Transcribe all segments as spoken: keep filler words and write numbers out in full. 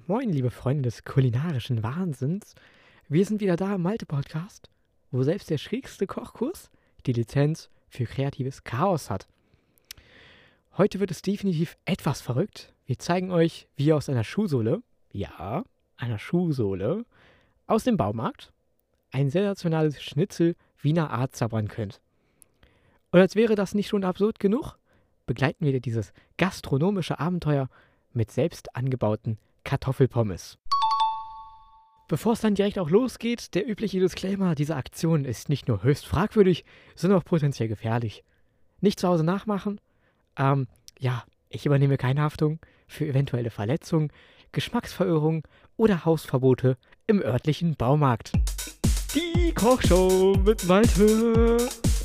Moin, liebe Freunde des kulinarischen Wahnsinns. Wir sind wieder da im Malte-Podcast, wo selbst der schrägste Kochkurs die Lizenz für kreatives Chaos hat. Heute wird es definitiv etwas verrückt. Wir zeigen euch, wie ihr aus einer Schuhsohle, ja, einer Schuhsohle, aus dem Baumarkt ein sensationales Schnitzel Wiener Art zaubern könnt. Und als wäre das nicht schon absurd genug, begleiten wir dieses gastronomische Abenteuer mit selbst angebauten Kartoffelpommes. Bevor es dann direkt auch losgeht, der übliche Disclaimer, diese Aktion ist nicht nur höchst fragwürdig, sondern auch potenziell gefährlich. Nicht zu Hause nachmachen. Ähm, ja, ich übernehme keine Haftung für eventuelle Verletzungen, Geschmacksverirrungen oder Hausverbote im örtlichen Baumarkt. Die Kochshow mit Malte.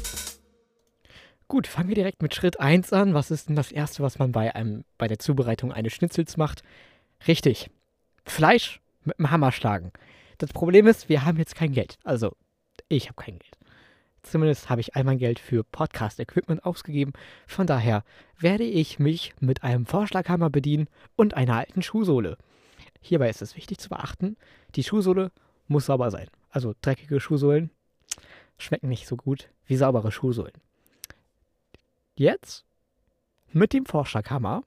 Gut, fangen wir direkt mit Schritt eins an. Was ist denn das Erste, was man bei, einem, bei der Zubereitung eines Schnitzels macht? Richtig, Fleisch mit dem Hammer schlagen. Das Problem ist, wir haben jetzt kein Geld. Also, ich habe kein Geld. Zumindest habe ich all mein Geld für Podcast-Equipment ausgegeben. Von daher werde ich mich mit einem Vorschlaghammer bedienen und einer alten Schuhsohle. Hierbei ist es wichtig zu beachten, die Schuhsohle muss sauber sein. Also dreckige Schuhsohlen schmecken nicht so gut wie saubere Schuhsohlen. Jetzt mit dem Vorschlaghammer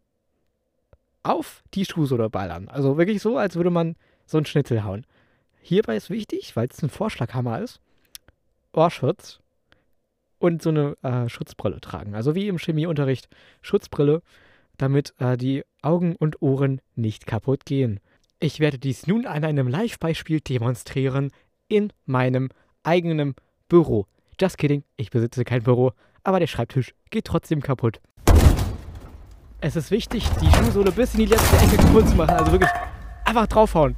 auf die Schuhsohle ballern. Also wirklich so, als würde man so einen Schnitzel hauen. Hierbei ist wichtig, weil es ein Vorschlaghammer ist, Ohrschutz und so eine äh, Schutzbrille tragen. Also wie im Chemieunterricht Schutzbrille, damit äh, die Augen und Ohren nicht kaputt gehen. Ich werde dies nun an einem Live-Beispiel demonstrieren in meinem eigenen Büro. Just kidding, ich besitze kein Büro, aber der Schreibtisch geht trotzdem kaputt. Es ist wichtig, die Schuhsohle bis in die letzte Ecke kaputt zu machen. Also wirklich einfach draufhauen.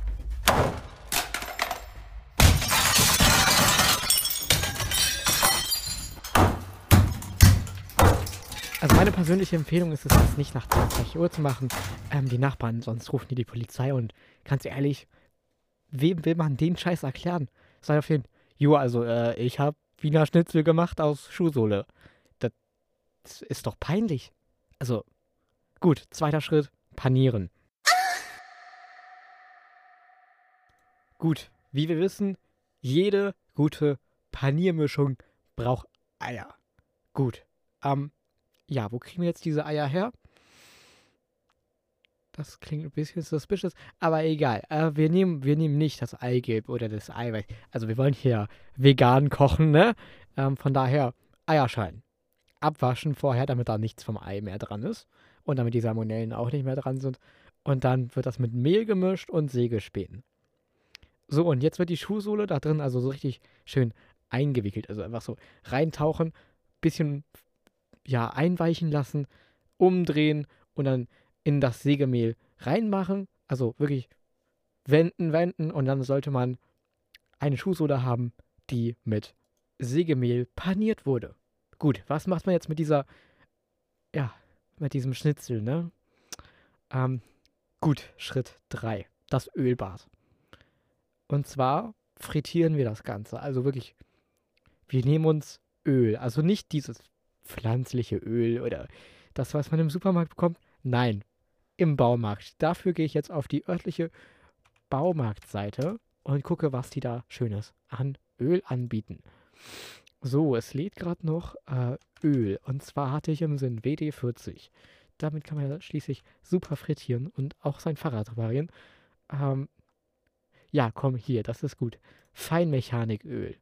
Also meine persönliche Empfehlung ist es, das nicht nach zwanzig Uhr zu machen. Ähm, die Nachbarn, sonst rufen die die Polizei. Und ganz ehrlich, wem will man den Scheiß erklären? Sei auf jeden Fall, jo, also äh, ich habe Wiener Schnitzel gemacht aus Schuhsohle. Das ist doch peinlich. Also, gut, zweiter Schritt, panieren. Gut, wie wir wissen, jede gute Paniermischung braucht Eier. Gut, ähm, ja, wo kriegen wir jetzt diese Eier her? Das klingt ein bisschen suspicious, aber egal. Äh, wir, nehmen, wir nehmen nicht das Eigelb oder das Eiweiß. Also wir wollen hier vegan kochen, ne? Ähm, von daher Eierschalen. Abwaschen vorher, damit da nichts vom Ei mehr dran ist. Und damit die Salmonellen auch nicht mehr dran sind. Und dann wird das mit Mehl gemischt und Sägespänen. So, und jetzt wird die Schuhsohle da drin also so richtig schön eingewickelt. Also einfach so reintauchen, bisschen, ja, einweichen lassen, umdrehen und dann in das Sägemehl reinmachen. Also wirklich wenden, wenden. Und dann sollte man eine Schuhsohle haben, die mit Sägemehl paniert wurde. Gut, was macht man jetzt mit dieser, ja, mit diesem Schnitzel, ne? Ähm, gut, Schritt drei, das Ölbad. Und zwar frittieren wir das Ganze. Also wirklich, wir nehmen uns Öl. Also nicht dieses pflanzliche Öl oder das, was man im Supermarkt bekommt. Nein, im Baumarkt. Dafür gehe ich jetzt auf die örtliche Baumarktseite und gucke, was die da Schönes an Öl anbieten. So, es lädt gerade noch äh, Öl. Und zwar hatte ich im Sinn W D vierzig. Damit kann man ja schließlich super frittieren und auch sein Fahrrad reparieren. Ähm, ja, komm, hier, das ist gut. Feinmechaniköl.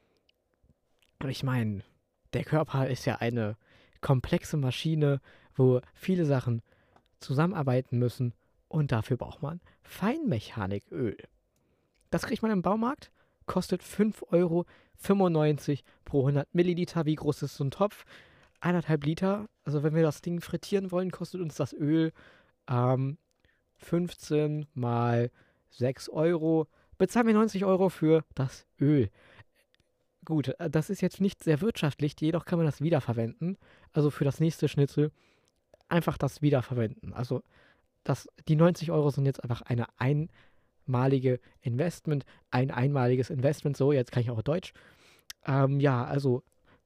Und ich meine, der Körper ist ja eine komplexe Maschine, wo viele Sachen zusammenarbeiten müssen. Und dafür braucht man Feinmechaniköl. Das kriegt man im Baumarkt. Kostet fünf Euro fünfundneunzig pro hundert Milliliter. Wie groß ist so ein Topf? Eineinhalb Liter. Also wenn wir das Ding frittieren wollen, kostet uns das Öl ähm, fünfzehn mal sechs Euro. Bezahlen wir neunzig Euro für das Öl. Gut, das ist jetzt nicht sehr wirtschaftlich, jedoch kann man das wiederverwenden. Also für das nächste Schnitzel einfach das wiederverwenden. Also das, die neunzig Euro sind jetzt einfach eine ein einmalige Investment, ein einmaliges Investment, so, jetzt kann ich auch Deutsch. Ähm, ja, also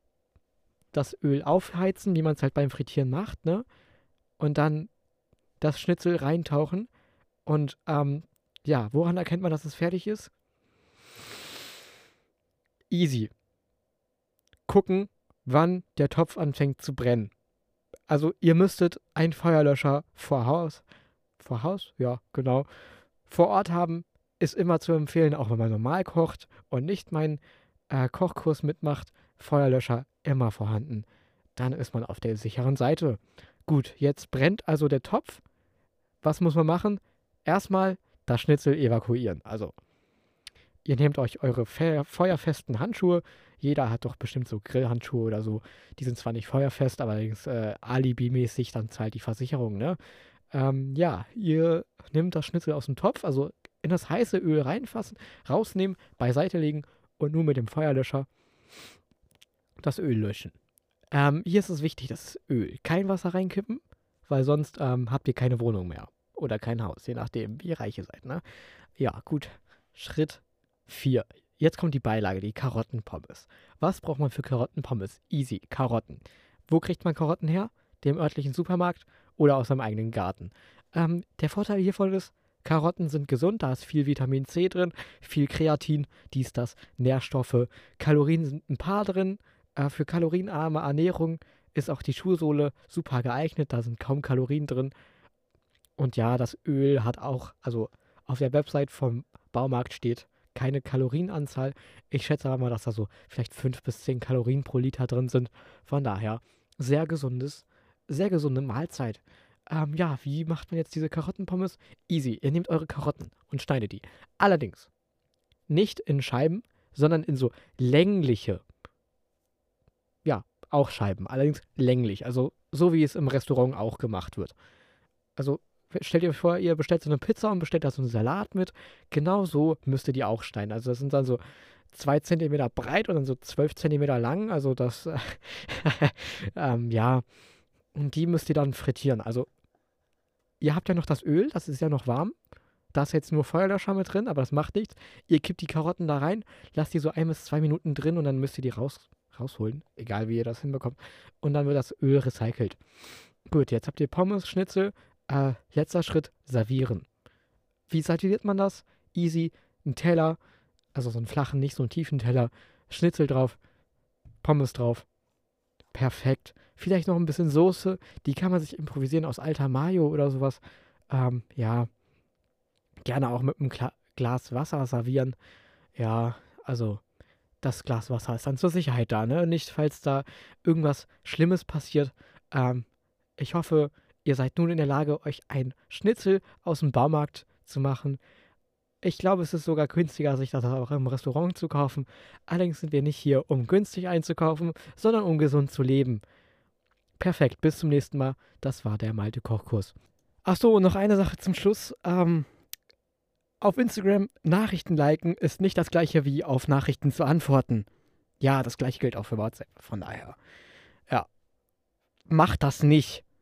das Öl aufheizen, wie man es halt beim Frittieren macht, ne? Und dann das Schnitzel reintauchen Und ähm, ja, woran erkennt man, dass es fertig ist? Easy. Gucken, wann der Topf anfängt zu brennen. Also ihr müsstet einen Feuerlöscher vor Haus, vor Haus, ja, genau, vor Ort haben, ist immer zu empfehlen, auch wenn man normal kocht und nicht meinen äh, Kochkurs mitmacht, Feuerlöscher immer vorhanden. Dann ist man auf der sicheren Seite. Gut, jetzt brennt also der Topf. Was muss man machen? Erstmal das Schnitzel evakuieren. Also, ihr nehmt euch eure fe feuerfesten Handschuhe. Jeder hat doch bestimmt so Grillhandschuhe oder so. Die sind zwar nicht feuerfest, aber allerdings äh, alibimäßig, dann zahlt die Versicherung, ne? Ähm, ja, ihr nehmt das Schnitzel aus dem Topf, also in das heiße Öl reinfassen, rausnehmen, beiseite legen und nur mit dem Feuerlöscher das Öl löschen. Ähm, hier ist es wichtig, das Öl. Kein Wasser reinkippen, weil sonst ähm, habt ihr keine Wohnung mehr. Oder kein Haus, je nachdem, wie reich ihr seid, ne? Ja, gut. Schritt vier. Jetzt kommt die Beilage, die Karottenpommes. Was braucht man für Karottenpommes? Easy, Karotten. Wo kriegt man Karotten her? Dem örtlichen Supermarkt oder aus seinem eigenen Garten. Ähm, der Vorteil hiervon ist, Karotten sind gesund, da ist viel Vitamin C drin, viel Kreatin, dies, das, Nährstoffe, Kalorien sind ein paar drin. Äh, für kalorienarme Ernährung ist auch die Schuhsohle super geeignet, da sind kaum Kalorien drin. Und ja, das Öl hat auch, also auf der Website vom Baumarkt steht keine Kalorienanzahl. Ich schätze aber mal, dass da so vielleicht fünf bis zehn Kalorien pro Liter drin sind. Von daher sehr gesundes, sehr gesunde Mahlzeit. Ähm, ja, wie macht man jetzt diese Karottenpommes? Easy, ihr nehmt eure Karotten und schneidet die. Allerdings nicht in Scheiben, sondern in so längliche, ja, auch Scheiben. Allerdings länglich, also so wie es im Restaurant auch gemacht wird. Also stellt ihr euch vor, ihr bestellt so eine Pizza und bestellt da so einen Salat mit. Genau so müsst ihr die auch schneiden. Also das sind dann so zwei Zentimeter breit und dann so zwölf Zentimeter lang. Also das, ähm, ja, und die müsst ihr dann frittieren. Also ihr habt ja noch das Öl, das ist ja noch warm. Da ist jetzt nur Feuerlöscher mit drin, aber das macht nichts. Ihr kippt die Karotten da rein, lasst die so ein bis zwei Minuten drin und dann müsst ihr die raus, rausholen. Egal wie ihr das hinbekommt. Und dann wird das Öl recycelt. Gut, jetzt habt ihr Pommes, Schnitzel. Äh, letzter Schritt, servieren. Wie serviert man das? Easy, ein Teller, also so einen flachen, nicht so einen tiefen Teller, Schnitzel drauf, Pommes drauf. Perfekt. Vielleicht noch ein bisschen Soße, die kann man sich improvisieren aus alter Mayo oder sowas. Ähm, ja, gerne auch mit einem Kla Glas Wasser servieren. Ja, also das Glas Wasser ist dann zur Sicherheit da, ne? Nicht, falls da irgendwas Schlimmes passiert. Ähm, ich hoffe, ihr seid nun in der Lage, euch ein Schnitzel aus dem Baumarkt zu machen. Ich glaube, es ist sogar günstiger, sich das auch im Restaurant zu kaufen. Allerdings sind wir nicht hier, um günstig einzukaufen, sondern um gesund zu leben. Perfekt, bis zum nächsten Mal. Das war der Malte Kochkurs. Achso, und noch eine Sache zum Schluss. Ähm, auf Instagram Nachrichten liken ist nicht das gleiche wie auf Nachrichten zu antworten. Ja, das gleiche gilt auch für WhatsApp. Von daher, ja, macht das nicht.